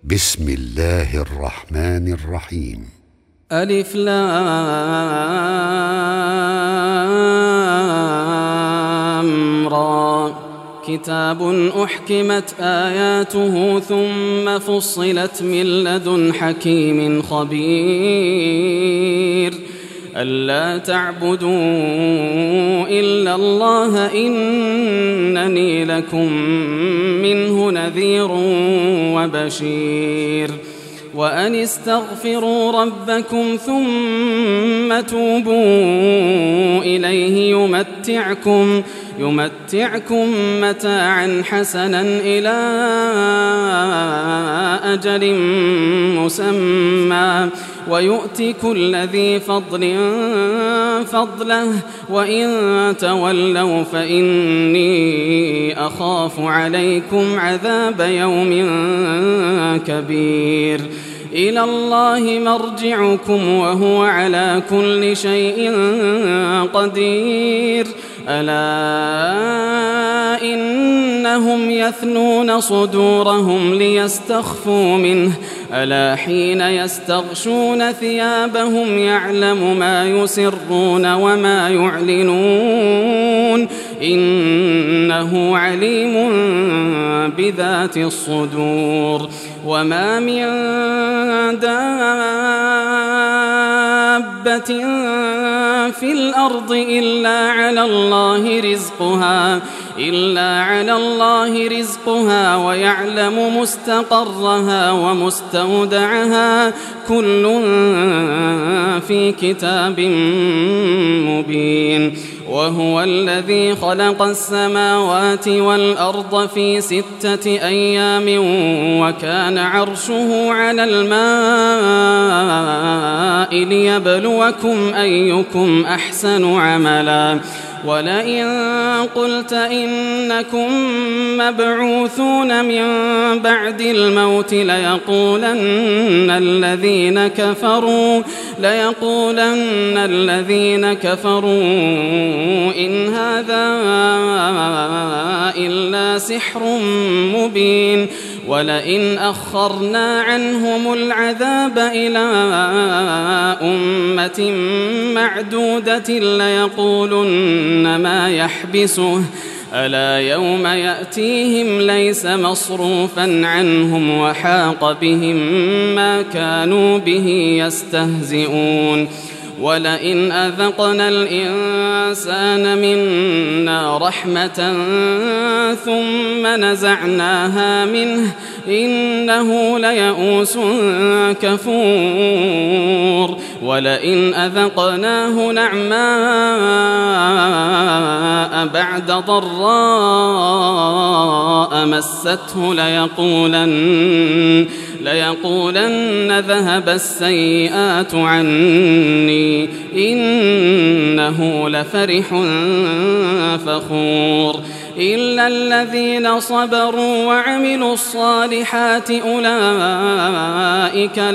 بسم الله الرحمن الرحيم. ألف لام را. كتاب أحكمت آياته ثم فصلت من لدن حكيم خبير ألا تعبدوا إلا الله إنني لكم منه نذير وبشير وأن استغفروا ربكم ثم توبوا إليه يمتعكم متاعا حسنا إلى أجل مسمى ويؤتي كل ذي فضل فضله وإن تولوا فإني أخاف عليكم عذاب يوم كبير إلى الله مرجعكم وهو على كل شيء قدير ألا إنهم يثنون صدورهم ليستخفوا منه ألا حين يستغشون ثيابهم يعلم ما يسرون وما يعلنون إنه عليم بذات الصدور وما من دابة في الأرض إلا على الله رزقها ويعلم مستقرها ومستودعها كل في كتاب مبين وهو الذي خلق السماوات والأرض في 6 أيام وكان عرشه على الماء ليبلوكم أيكم أحسن عملا ولئن قلت إنكم مبعوثون من بعد الموت ليقولن الذين كفروا إن هذا إلا سحر مبين ولئن أخرنا عنهم العذاب إلى أمة معدودة ليقولن ما يحبسه ألا يوم يأتيهم ليس مصروفا عنهم وحاق بهم ما كانوا به يستهزئون ولئن أذقنا الإنسان منا رحمة ثم نزعناها منه إنه ليئوس كفور ولئن أذقناه نعماء بعد ضراء مسته ليقولن ذهب السيئات عني إنه لفرح فخور إلا الذين صبروا وعملوا الصالحات أولئك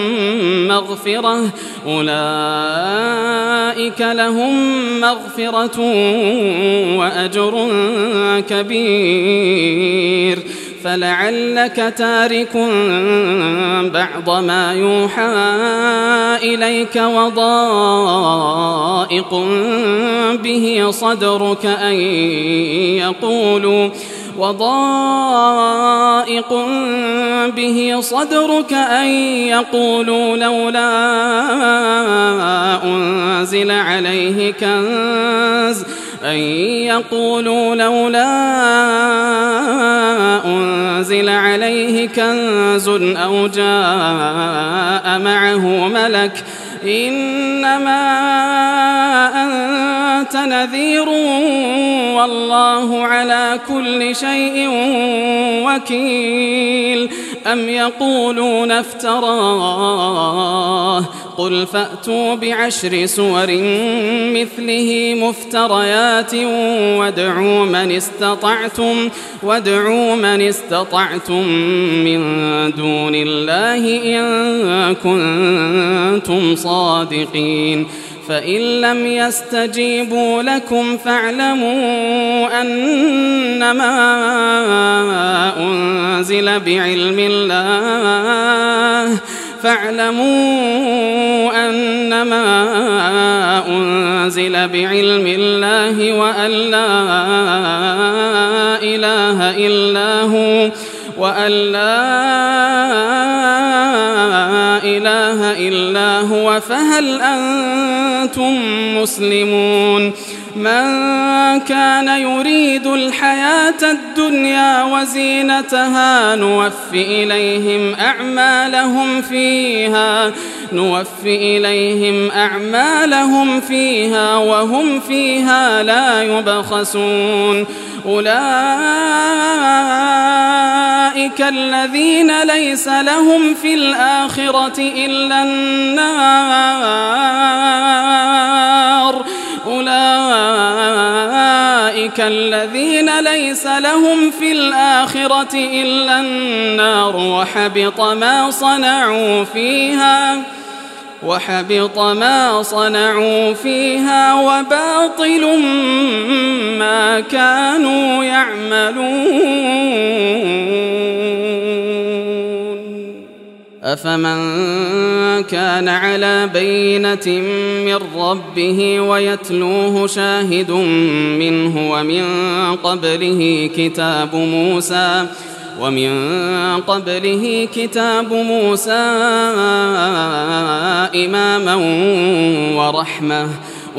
لهم مغفرة وأجر كبير فلعلك تارك بعض ما يوحى إليك وضائق به صدرك أن يقولوا لولا أنزل عليه كنز أو جاء معه ملك إنما أنت نذير والله على كل شيء وكيل أم يقولون افتراه قل فأتوا ب10 سور مثله مفتريات وادعوا من استطعتم من دون الله إن كنتم صادقين فإن لم يستجيبوا لكم فاعلموا أنما أنزل بعلم الله وأن لا إله إلا هو فهل أنتم مسلمون من كان يريد الحياة الدنيا وزينتها نوفي إليهم أعمالهم فيها وهم فيها لا يبخسون أولئك الذين ليس لهم في الآخرة إلا النار وحبط ما صنعوا فيها وباطل ما كانوا يعملون أفمن كان على بينة من ربه ويتلوه شاهد منه ومن قبله كتاب موسى إماما ورحمة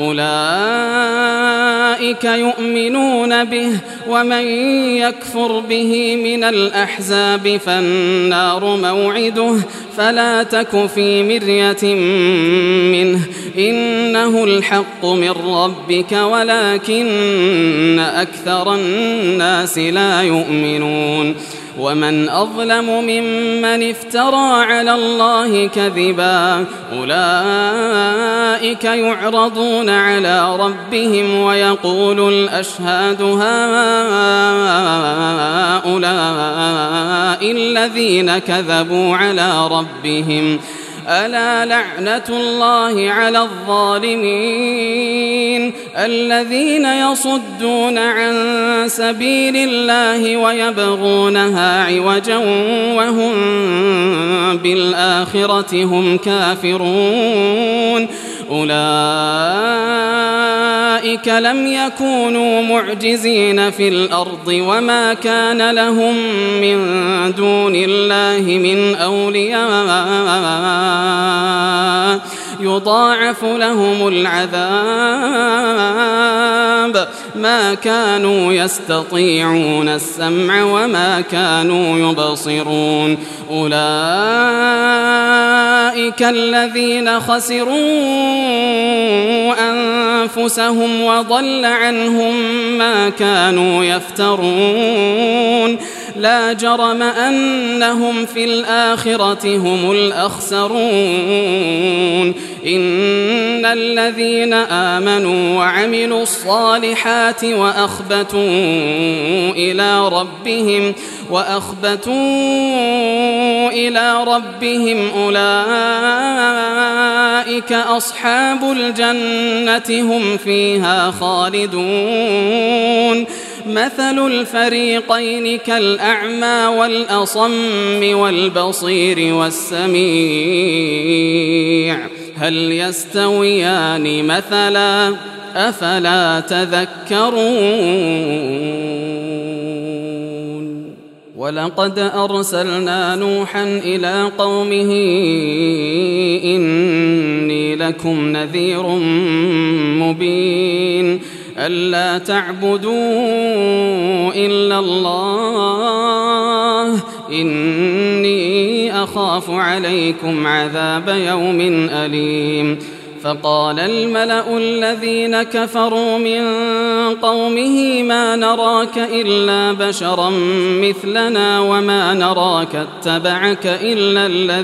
أولئك يؤمنون به ومن يكفر به من الأحزاب فالنار موعده فلا تك في مرية منه إنه الحق من ربك ولكن أكثر الناس لا يؤمنون ومن أظلم ممن افترى على الله كذبا أولئك يعرضون على ربهم ويقول الأشهاد هؤلاء الذين كذبوا على ربهم ألا لعنة الله على الظالمين الذين يصدون عن سبيل الله ويبغونها عوجا وهم بالآخرة هم كافرون أولئك لم يكونوا معجزين في الأرض وما كان لهم من دون الله من أولياء يضاعف لهم العذاب ما كانوا يستطيعون السمع وما كانوا يبصرون أولئك الذين خسروا أنفسهم وضل عنهم ما كانوا يفترون لا جرم أنهم في الآخرة هم الأخسرون إن الذين آمنوا وعملوا الصالحات وأخبتوا إلى ربهم أولئك أصحاب الجنة هم فيها خالدون مثل الفريقين كالأعمى والأصم والبصير والسميع هل يستويان مثلا أفلا تذكرون ولقد أرسلنا نوحا إلى قومه إني لكم نذير مبين ألا تعبدوا إلا الله إني أخاف عليكم عذاب يوم أليم فقال الملأ الذين كفروا من قومه ما نراك إلا بشرا مثلنا وما نراك اتبعك إلا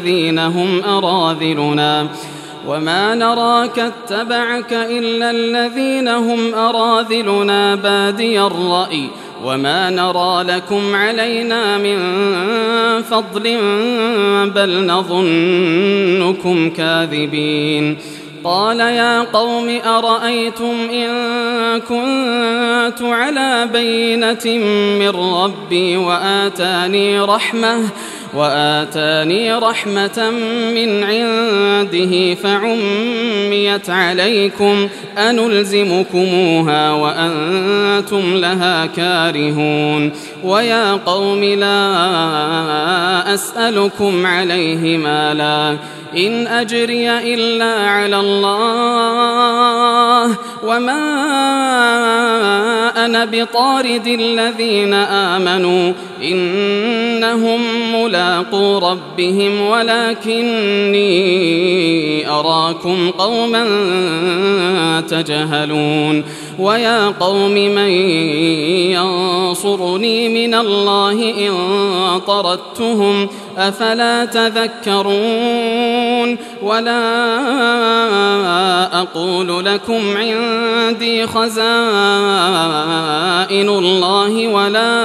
الذين هم أراذلنا بادي الرأي وما نرى لكم علينا من فضل بل نظنكم كاذبين قال يا قوم أرأيتم إن كنت على بينة من ربي وآتاني رحمة من عنده فعميت عليكم أنلزمكموها وأنتم لها كارهون ويا قوم لا أسألكم عليه مالا إن أجري إلا على الله وما أنا بطارد الذين آمنوا إنهم ملاقو ربهم ولكني أراكم قوما تجهلون ويا قوم من ينصرني من الله إن طردتهم أفلا تذكرون ولا أقول لكم عندي خزائن الله ولا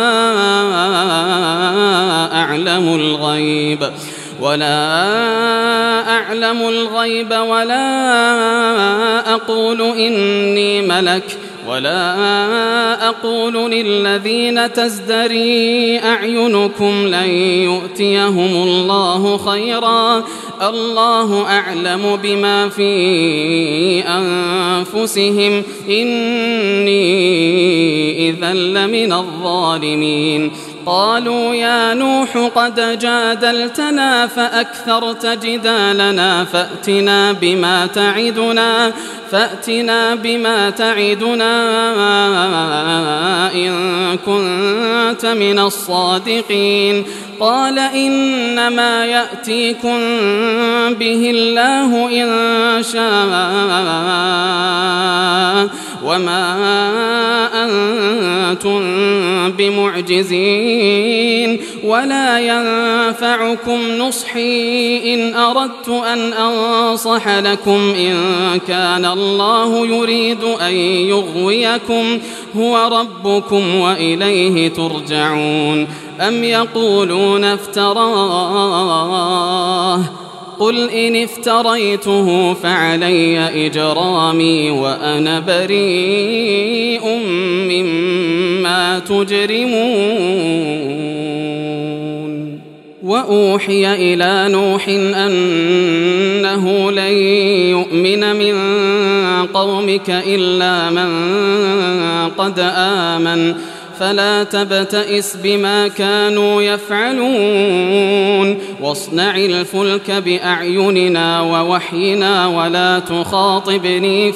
أعلم الغيب ولا أقول إني ملك ولا أقول للذين تزدري أعينكم لن يؤتيهم الله خيرا الله أعلم بما في أنفسهم إني إذا لمن الظالمين قالوا يا نوح قد جادلتنا فأكثرت جدالنا فأتنا بما تعدنا إن كنت من الصادقين قال إنما يأتيكم به الله إن شاء وما أنتم بمعجزين ولا ينفعكم نصحي إن أردت أن أنصح لكم إن كان الله يريد أن يغويكم هو ربكم وإليه ترجعون أم يقولون افتراه قل إن افتريته فعلي إجرامي وأنا بريء مما تجرمون وأوحي إلى نوح أنه لن يؤمن من قومك إلا من قد آمن فلا تبتئس بما كانوا يفعلون واصنع الفلك بأعيننا ووحينا ولا تخاطبني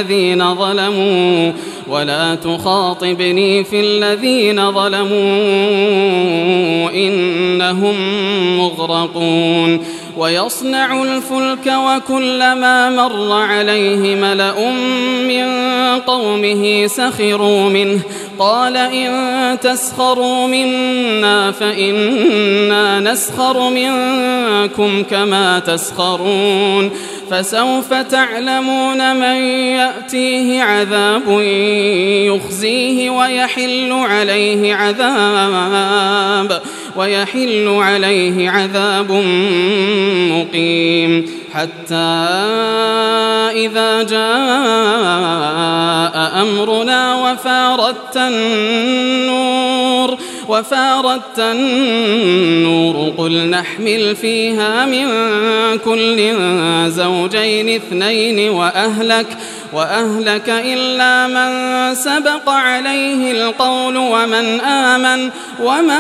في الذين ظلموا إنهم مغرقون ويصنع الفلك وكلما مر عليه ملأ من قومه سخروا منه قال إن تسخروا منا فإنا نسخر منكم كما تسخرون فسوف تعلمون من يأتيه عذاب يخزيه ويحل عليه عذاب مقيم حتى إذا جاء أمرنا وفارت النور قل نحمل فيها من كل زوجين اثنين وأهلك إلا من سبق عليه القول وما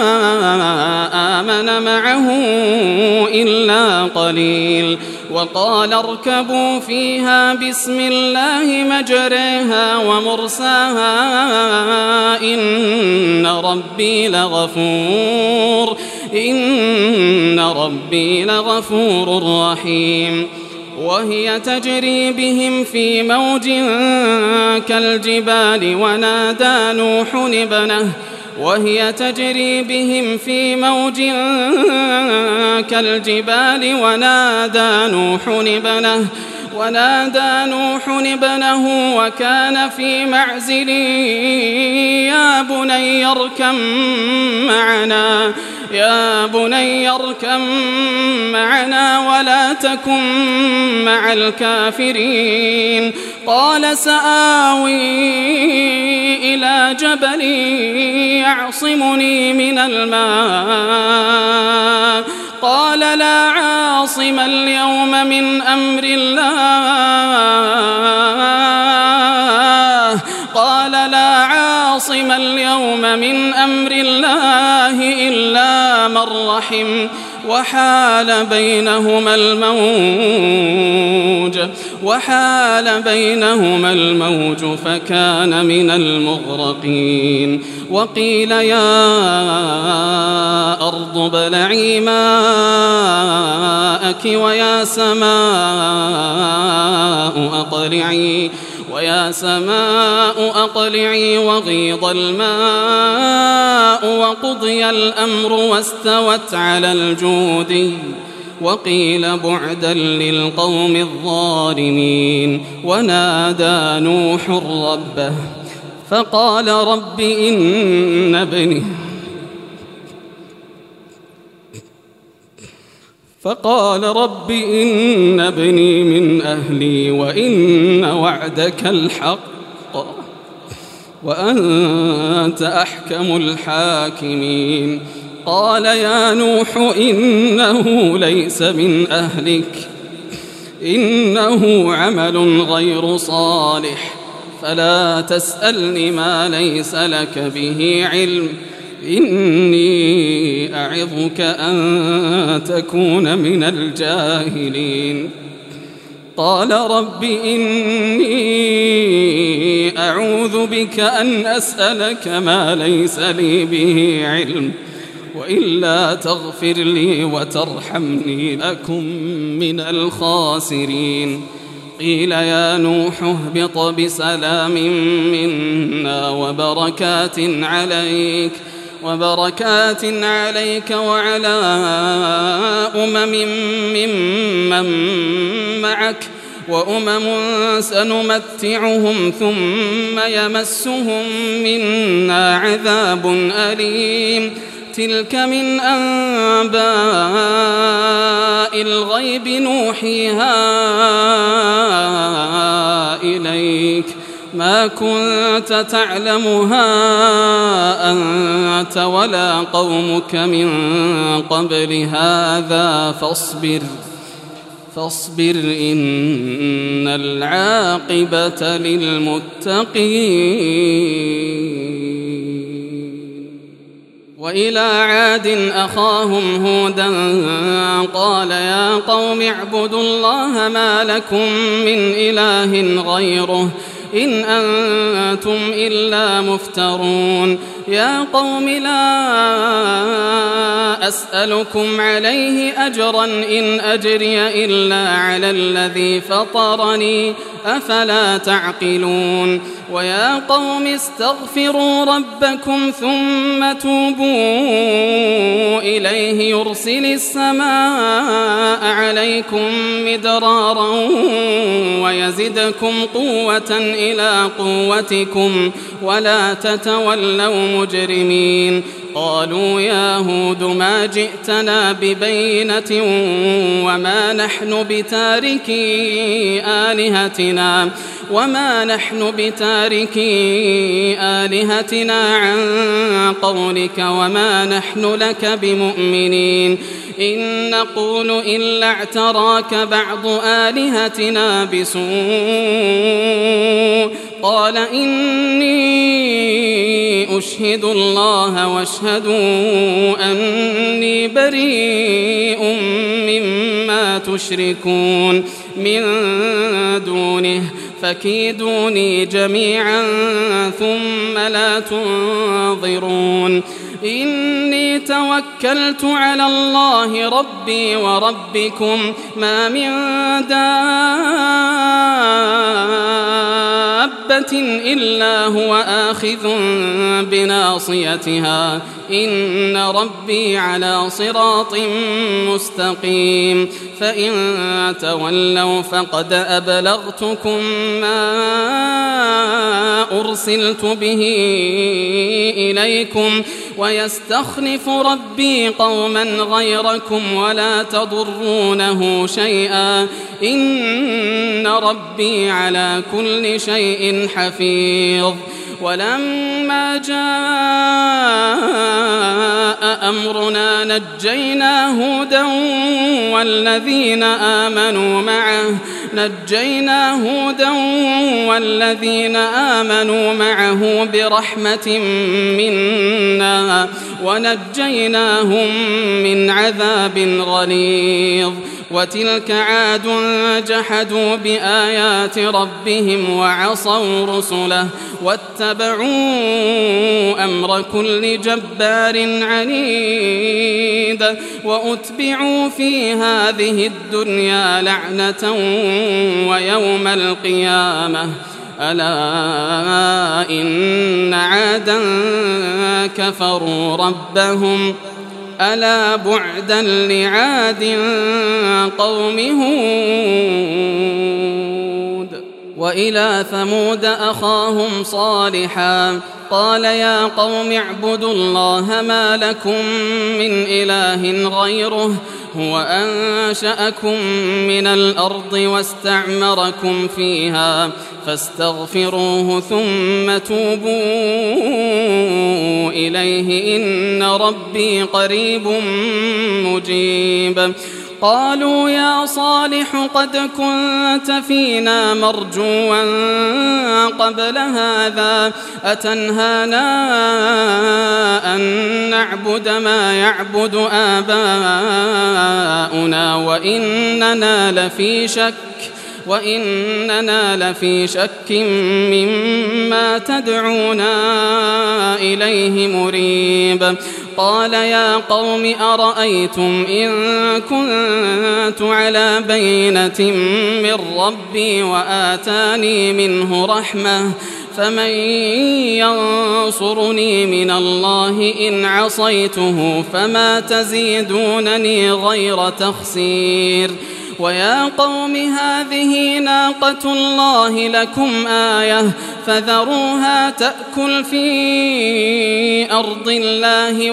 آمن معه إلا قليل وقال اركبوا فيها بسم الله مجريها ومرساها إن ربي لغفور رحيم وهي تجري بهم في موج كالجبال ونادى نوح ابنه وكان في معزل يا بني اركب معنا يا بني اركب معنا ولا تكن مع الكافرين. قال سآوي إلى جبل يعصمني من الماء قال لا عاصم اليوم من أمر الله إلا من رحم وحال بينهما الموج فكان من المغرقين. وقيل يا أرض ابلعي ماءك ويا سماء أقلعي وغيض الماء وقضي الأمر واستوت على الجودي وقيل بعدا للقوم الظالمين. ونادى نوح ربه فقال رب إن ابني من أهلي وإن وعدك الحق وأنت أحكم الحاكمين. قال يا نوح إنه ليس من أهلك إنه عمل غير صالح فلا تسألني ما ليس لك به علم إني أعظك أن تكون من الجاهلين. قال رب إني أعوذ بك أن أسألك ما ليس لي به علم وإلا تغفر لي وترحمني أكن من الخاسرين. قيل يا نوح اهبط بسلام منا وبركات عليك وعلى ممن معك وأمم سنمتعهم ثم يمسهم منا عذاب أليم. تلك من أنباء الغيب نوحيها إليك ما كنت تعلمها أنت ولا قومك من قبل هذا فاصبر إن العاقبة للمتقين. وإلى عاد أخاهم هودا قال يا قوم اعبدوا الله ما لكم من إله غيره إن أنتم إلا مفترون. يا قوم لا أسألكم عليه أجرا إن أجري إلا على الذي فطرني أفلا تعقلون. ويا قوم استغفروا ربكم ثم توبوا إليه يرسل السماء عليكم مدرارا ويزدكم قوة إلى قوتكم ولا تتولوا مجرمين. قالوا يا هود ما جئتنا ببينة وما نحن بتاركي آلهتنا عن قولك وما نحن لك بمؤمنين إن نقول إلا اعتراك بعض آلهتنا بسوء. قال إني أشهد الله واشهدوا أني بريء مما تشركون من دونه فكيدوني جميعا ثم لا تنظرون. إني توكلت على الله ربي وربكم ما من دابة إلا هو آخذ بناصيتها إن ربي على صراط مستقيم. فإن تولوا فقد أبلغتكم ما أرسلت به إليكم ويستخلف ربي قوما غيركم ولا تضرونه شيئا إن ربي على كل شيء حفيظ. ولما جاء أمرنا نجينا هودا والذين آمنوا معه برحمة منا ونجيناهم من عذاب غليظ. وتلك عاد جحدوا بآيات ربهم وعصوا رسله واتبعوا أمر كل جبار عنيد وأتبعوا في هذه الدنيا لعنة ويوم القيامة ألا إن عادا كفروا ربهم ألا بعدا لعاد قوم هود. وإلى ثمود أخاهم صالحا قال يا قوم اعبدوا الله ما لكم من إله غيره هو أنشأكم من الأرض واستعمركم فيها فاستغفروه ثم توبوا إليه إن ربي قريب مجيب. قالوا يا صالح قد كنت فينا مرجوا قبل هذا أتنهانا أن نعبد ما يعبد آباؤنا وإننا لفي شك مما تدعونا إليه مريب. قال يا قوم أرأيتم إن كنت على بينة من ربي وآتاني منه رحمة فمن ينصرني من الله إن عصيته فما تزيدونني غير تخسير. ويا قوم هذه ناقة الله لكم آية فذروها تأكل في أرض الله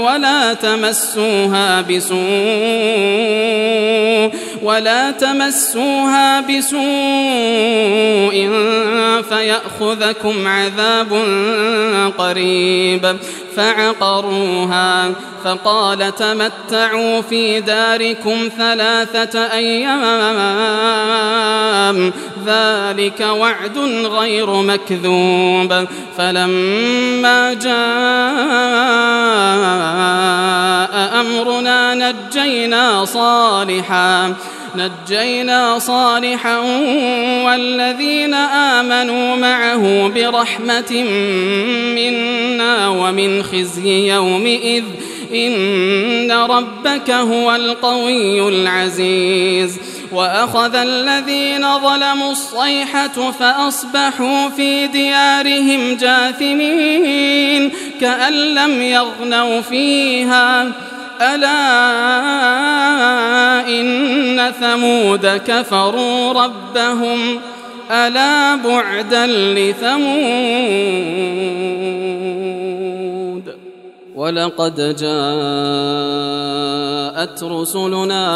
ولا تمسوها بسوء فيأخذكم عذاب قريب. فعقروها فقال تمتعوا في داركم 3 أيام ذلك وعد غير مكذوب. فلما جاء أمرنا نجينا صالحا والذين آمنوا معه برحمة منا ومن خزي يومئذ إن ربك هو القوي العزيز. وأخذ الذين ظلموا الصيحة فأصبحوا في ديارهم جاثمين كأن لم يغنوا فيها ألا إن ثمود كفروا ربهم ألا بعدا لثمود. ولقد جاءت رسلنا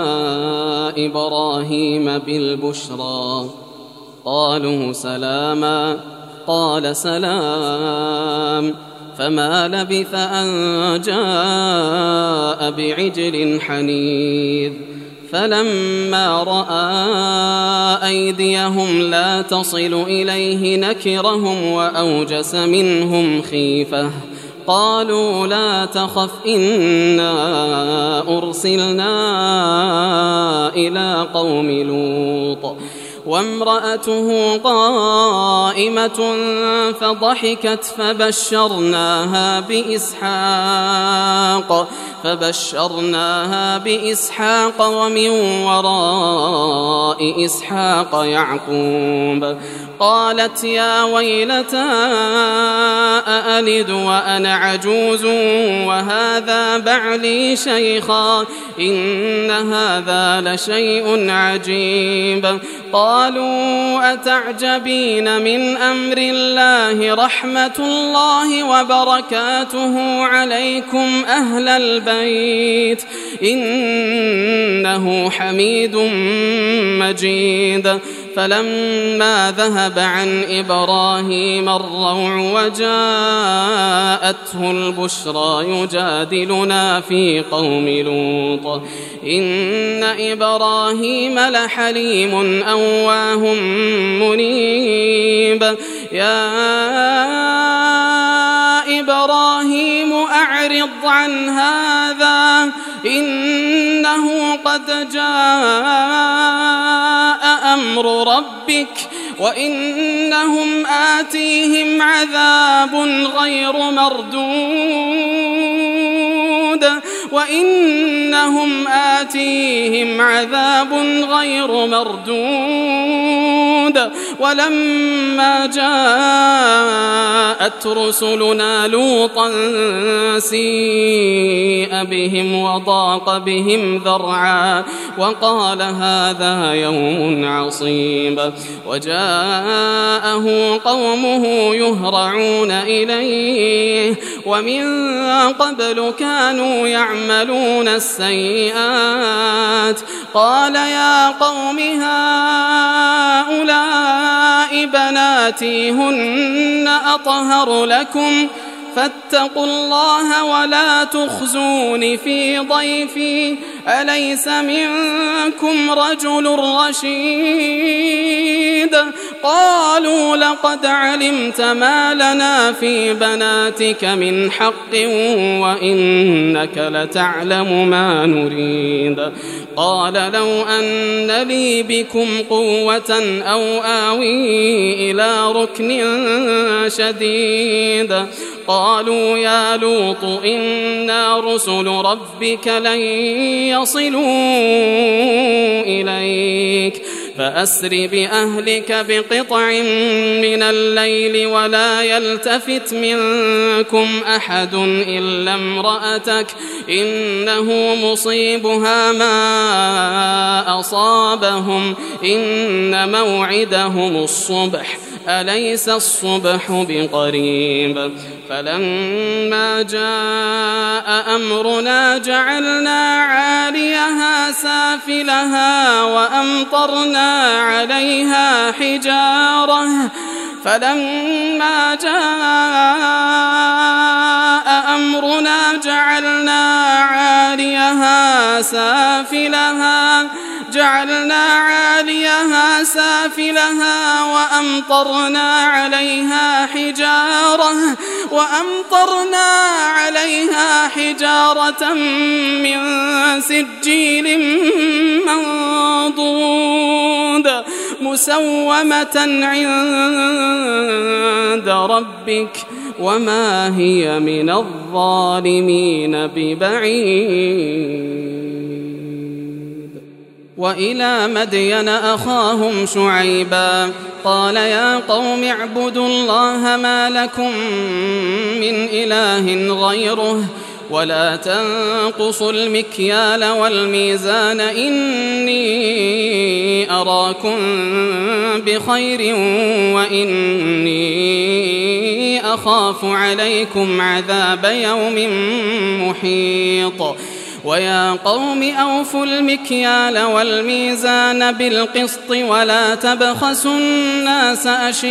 إبراهيم بالبشرى قالوا سلاما قال سلام فما لبث أن جاء بعجل حنيذ. فلما رأى أيديهم لا تصل إليه نكرهم وأوجس منهم خيفة قالوا لا تخف إنا أرسلنا إلى قوم لوط وامرأته قائمة فضحكت فبشرناها بإسحاق فبشرناها بإسحاق ومن وراء إسحاق يعقوب. قالت يا ويلتى أألد وأنا عجوز وهذا بعلي شيخا إن هذا لشيء عجيب. قالوا أتعجبين من أمر الله رحمة الله وبركاته عليكم أهل البيت إنه حميد مجيد. فلما ذهب عن إبراهيم الروع وجاءته البشرى يجادلنا في قوم لوط إن إبراهيم لحليم أواه منيب. يا إبراهيم أعرض عن هذا إنه قد جاء أمر ربك وإنهم آتيهم عذاب غير مردود ولما جاءت رسلنا لوطا سيء بهم وضاق بهم ذرعا وقال هذا يوم عصيب. وجاءه قومه يهرعون إليه ومن قبل كانوا يعملون السيئات. قال يا قوم هؤلاء بناتي هن أطهر لكم فاتقوا الله ولا تخزون في ضيفي أليس منكم رجل رشيد. قالوا لقد علمت ما لنا في بناتك من حق وإنك لتعلم ما نريد. قال لو أن لي بكم قوة أو آوي إلى ركن شديد. قالوا يا لوط إنا رسل ربك لن يصلوا إليك فأسر بأهلك بقطع من الليل ولا يلتفت منكم أحد إلا امرأتك إنه مصيبها ما أصابهم إن موعدهم الصبح أليس الصبح بقريب. فلما جاء أمرنا جعلنا عاليها سافلها وأمطرنا عليها حجارة من سجيل منضود مسومة عند ربك وما هي من الظالمين ببعيد. وإلى مدين أخاهم شعيبا قال يا قوم اعبدوا الله ما لكم من إله غيره ولا تنقصوا المكيال والميزان إني أراكم بخير وإني أخاف عليكم عذاب يوم محيط. ويا قوم أوفوا المكيال والميزان بالقسط ولا تبخسوا الناس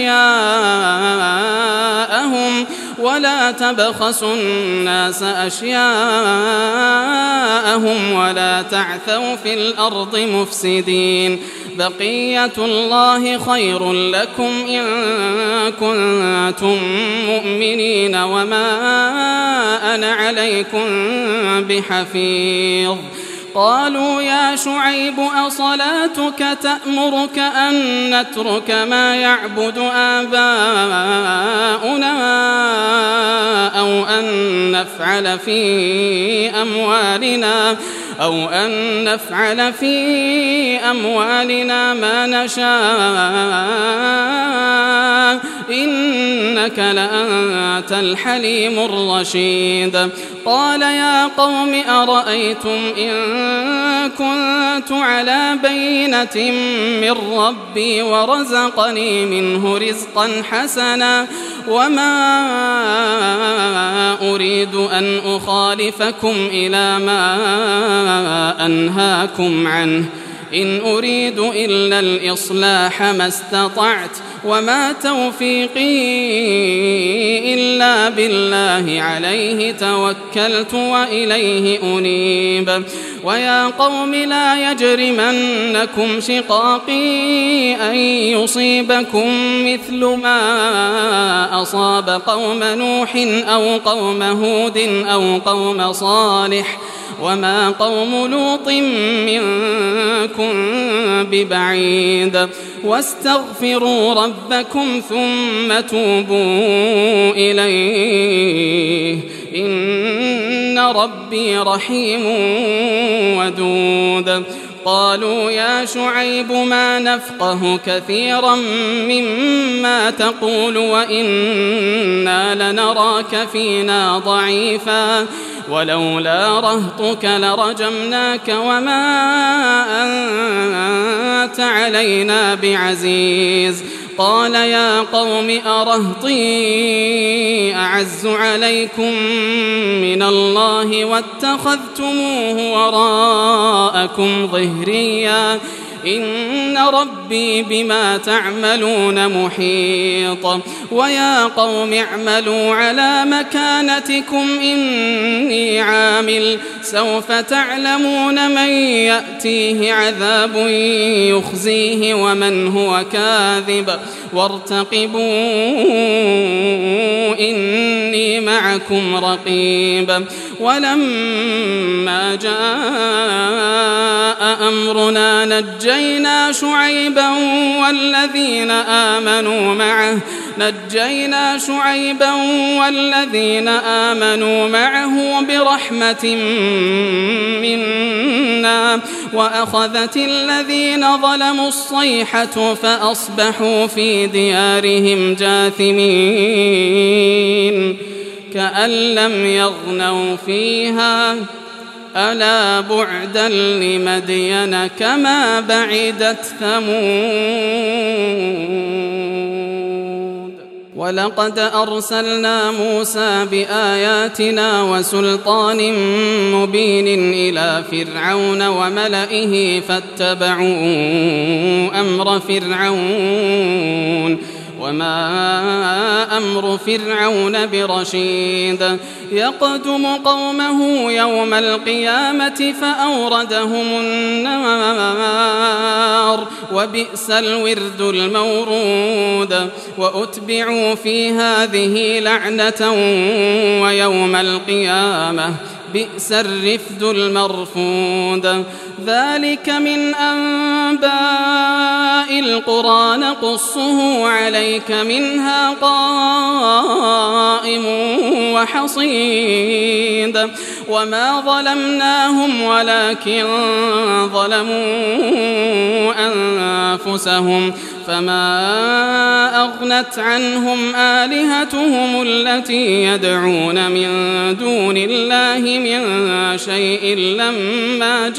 أشياءهم ولا تعثوا في الأرض مفسدين. بقية الله خير لكم إن كنتم مؤمنين وما أنا عليكم بحفيظ. قالوا يا شعيب أصلاتك تأمرك أن نترك ما يعبد آباؤنا أو أن نفعل في أموالنا ما نشاء إنك لأنت الحليم الرشيد قال يا قوم أرأيتم إن كنت على بينة من ربي ورزقني منه رزقا حسنا وما أريد أن أخالفكم إلى ما أنهاكم عنه إن أريد إلا الإصلاح ما استطعت وما توفيقي إلا بالله عليه توكلت وإليه أنيب ويا قوم لا يجرمنكم شقاقي أن يصيبكم مثل ما أصاب قوم نوح أو قوم هود أو قوم صالح وما قوم لوط منكم ببعيد واستغفروا ربكم ثم توبوا إليه إن ربي رحيم ودود قالوا يا شعيب ما نفقه كثيرا مما تقول وإنا لنراك فينا ضعيفا ولولا رهطك لرجمناك وما أنت علينا بعزيز قال يا قوم أرهطي أعز عليكم من الله واتخذتموه وراءكم ظهريا إن ربي بما تعملون محيط ويا قوم اعملوا على مكانتكم إني عامل سوف تعلمون من يأتيه عذاب يخزيه ومن هو كاذب وارتقبوا إني معكم رقيب ولما جاء أمرنا نجينا شعيبا والذين آمنوا معه برحمة منا وأخذت الذين ظلموا الصيحة فأصبحوا في ديارهم جاثمين كأن لم يغنوا فيها ألا بعدا لمدين كما بعدت ثمود ولقد أرسلنا موسى بآياتنا وسلطان مبين إلى فرعون وملئه فاتبعوا أمر فرعون وما أمر فرعون برشيد يقدم قومه يوم القيامة فأوردهم النار وبئس الورد المورود وأتبعوا في هذه لعنة ويوم القيامة بئس الرفد المرفود ذلك من أنباء القرى نقصه عليك منها قائم وحصيد وما ظلمناهم ولكن ظلموا أنفسهم فما أغنت عنهم آلهتهم التي يدعون من دون الله من شيء لما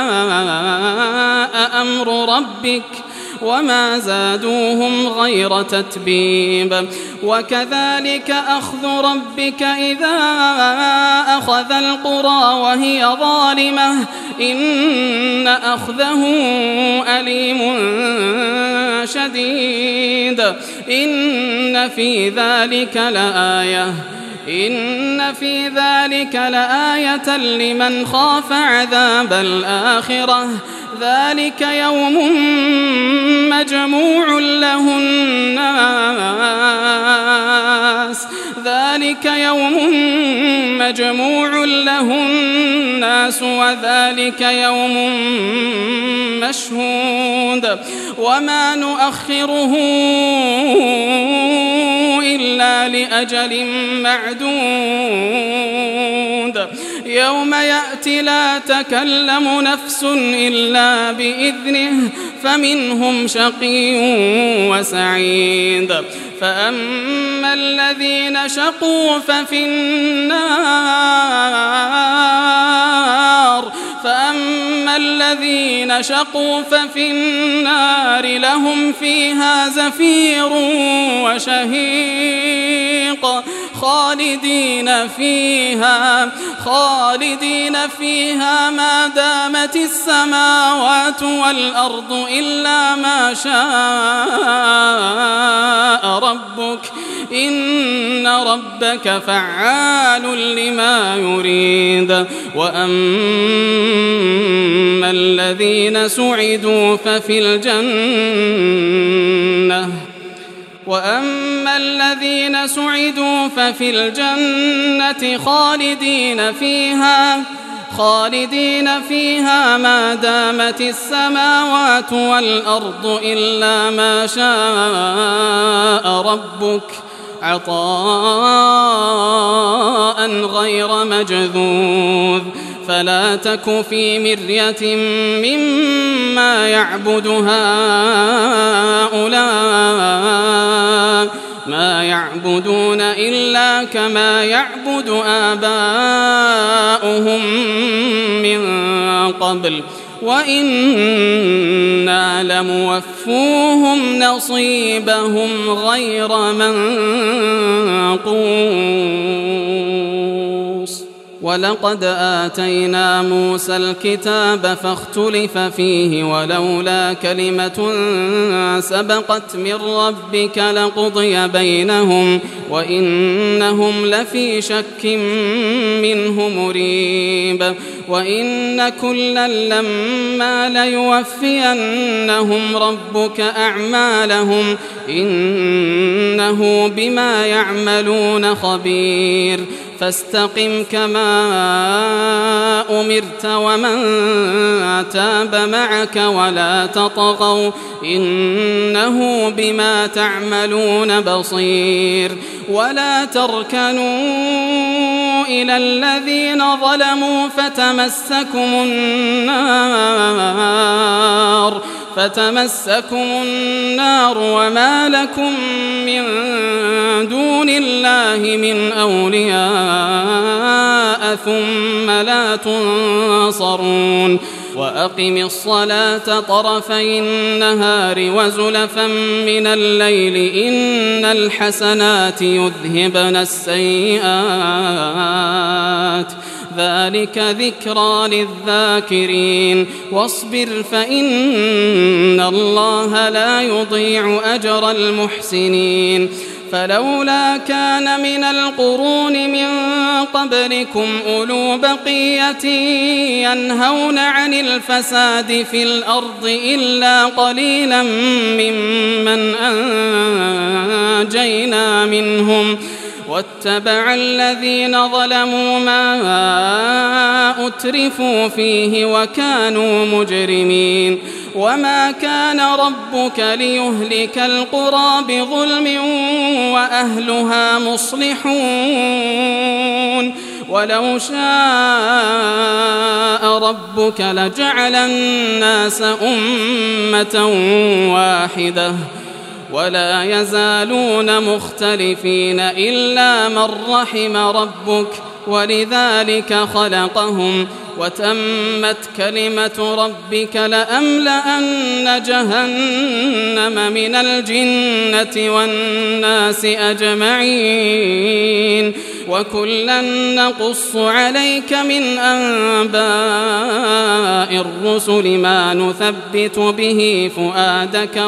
جاء أمر ربك وما زادوهم غير تتبيب وكذلك أخذ ربك إذا أخذ القرى وهي ظالمة إن أخذه أليم شديد إن في ذلك لآية لمن خاف عذاب الآخرة ذلك يوم مجموع له الناس ذلك يوم مجموع له الناس وذلك يوم مشهود وما نؤخره إلا لأجل معدود يوم يأتي لا تكلم نفس إلا بإذنه فمنهم شقي وسعيد فأما الذين شقوا ففي النار لهم فيها زفير وشهيق خالدين فيها ما دامت السماوات والأرض إلا ما شاء ربك إن ربك فعال لما يريد وأما الذين سعدوا ففي الجنة خالدين فيها ما دامت السماوات والأرض إلا ما شاء ربك عطاء غير مجذوذ فلا تك في مرية مما يعبد هؤلاء ما يعبدون إلا كما يعبد آباؤهم من قبل وإنا لموفوهم نصيبهم غير منقوص ولقد آتينا موسى الكتاب فاختلف فيه ولولا كلمة سبقت من ربك لقضي بينهم وإنهم لفي شك منه مريب وإن كلا لما ليوفينهم ربك أعمالهم إنه بما يعملون خبير فاستقم كما أمرت ومن تاب معك ولا تطغوا إنه بما تعملون بصير ولا تركنوا إلى الذين ظلموا فتمسكم النار وما لكم من دون الله من أولياء ثم لا تنصرون وأقم الصلاة طرفي النهار وزلفا من الليل إن الحسنات يذهبن السيئات ذلك ذكرى للذاكرين واصبر فإن الله لا يضيع أجر المحسنين فلولا كان من القرون من قبلكم أولو بقية ينهون عن الفساد في الأرض إلا قليلا ممن أنجينا منهم واتبع الذين ظلموا ما أترفوا فيه وكانوا مجرمين وما كان ربك ليهلك القرى بظلم وأهلها مصلحون ولو شاء ربك لجعل الناس أمة واحدة ولا يزالون مختلفين إلا من رحم ربك ولذلك خلقهم وتمت كلمة ربك لأملأن جهنم من الجنة والناس أجمعين وكلا نقص عليك من أنباء الرسل ما نثبت به فؤادك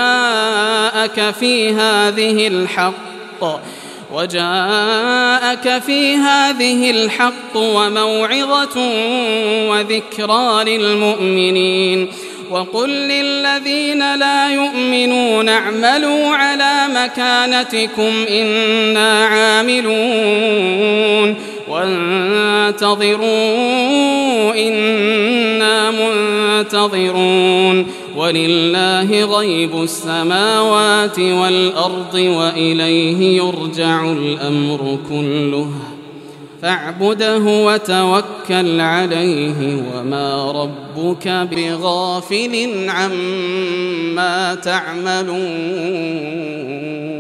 وجاءك في هذه الحق وموعظة وذكرى للمؤمنين وقل للذين لا يؤمنون اعملوا على مكانتكم إنا عاملون وانتظروا إنا منتظرون ولله غيب السماوات والأرض وإليه يرجع الأمر كله فاعبده وتوكل عليه وما ربك بغافل عما تعملون.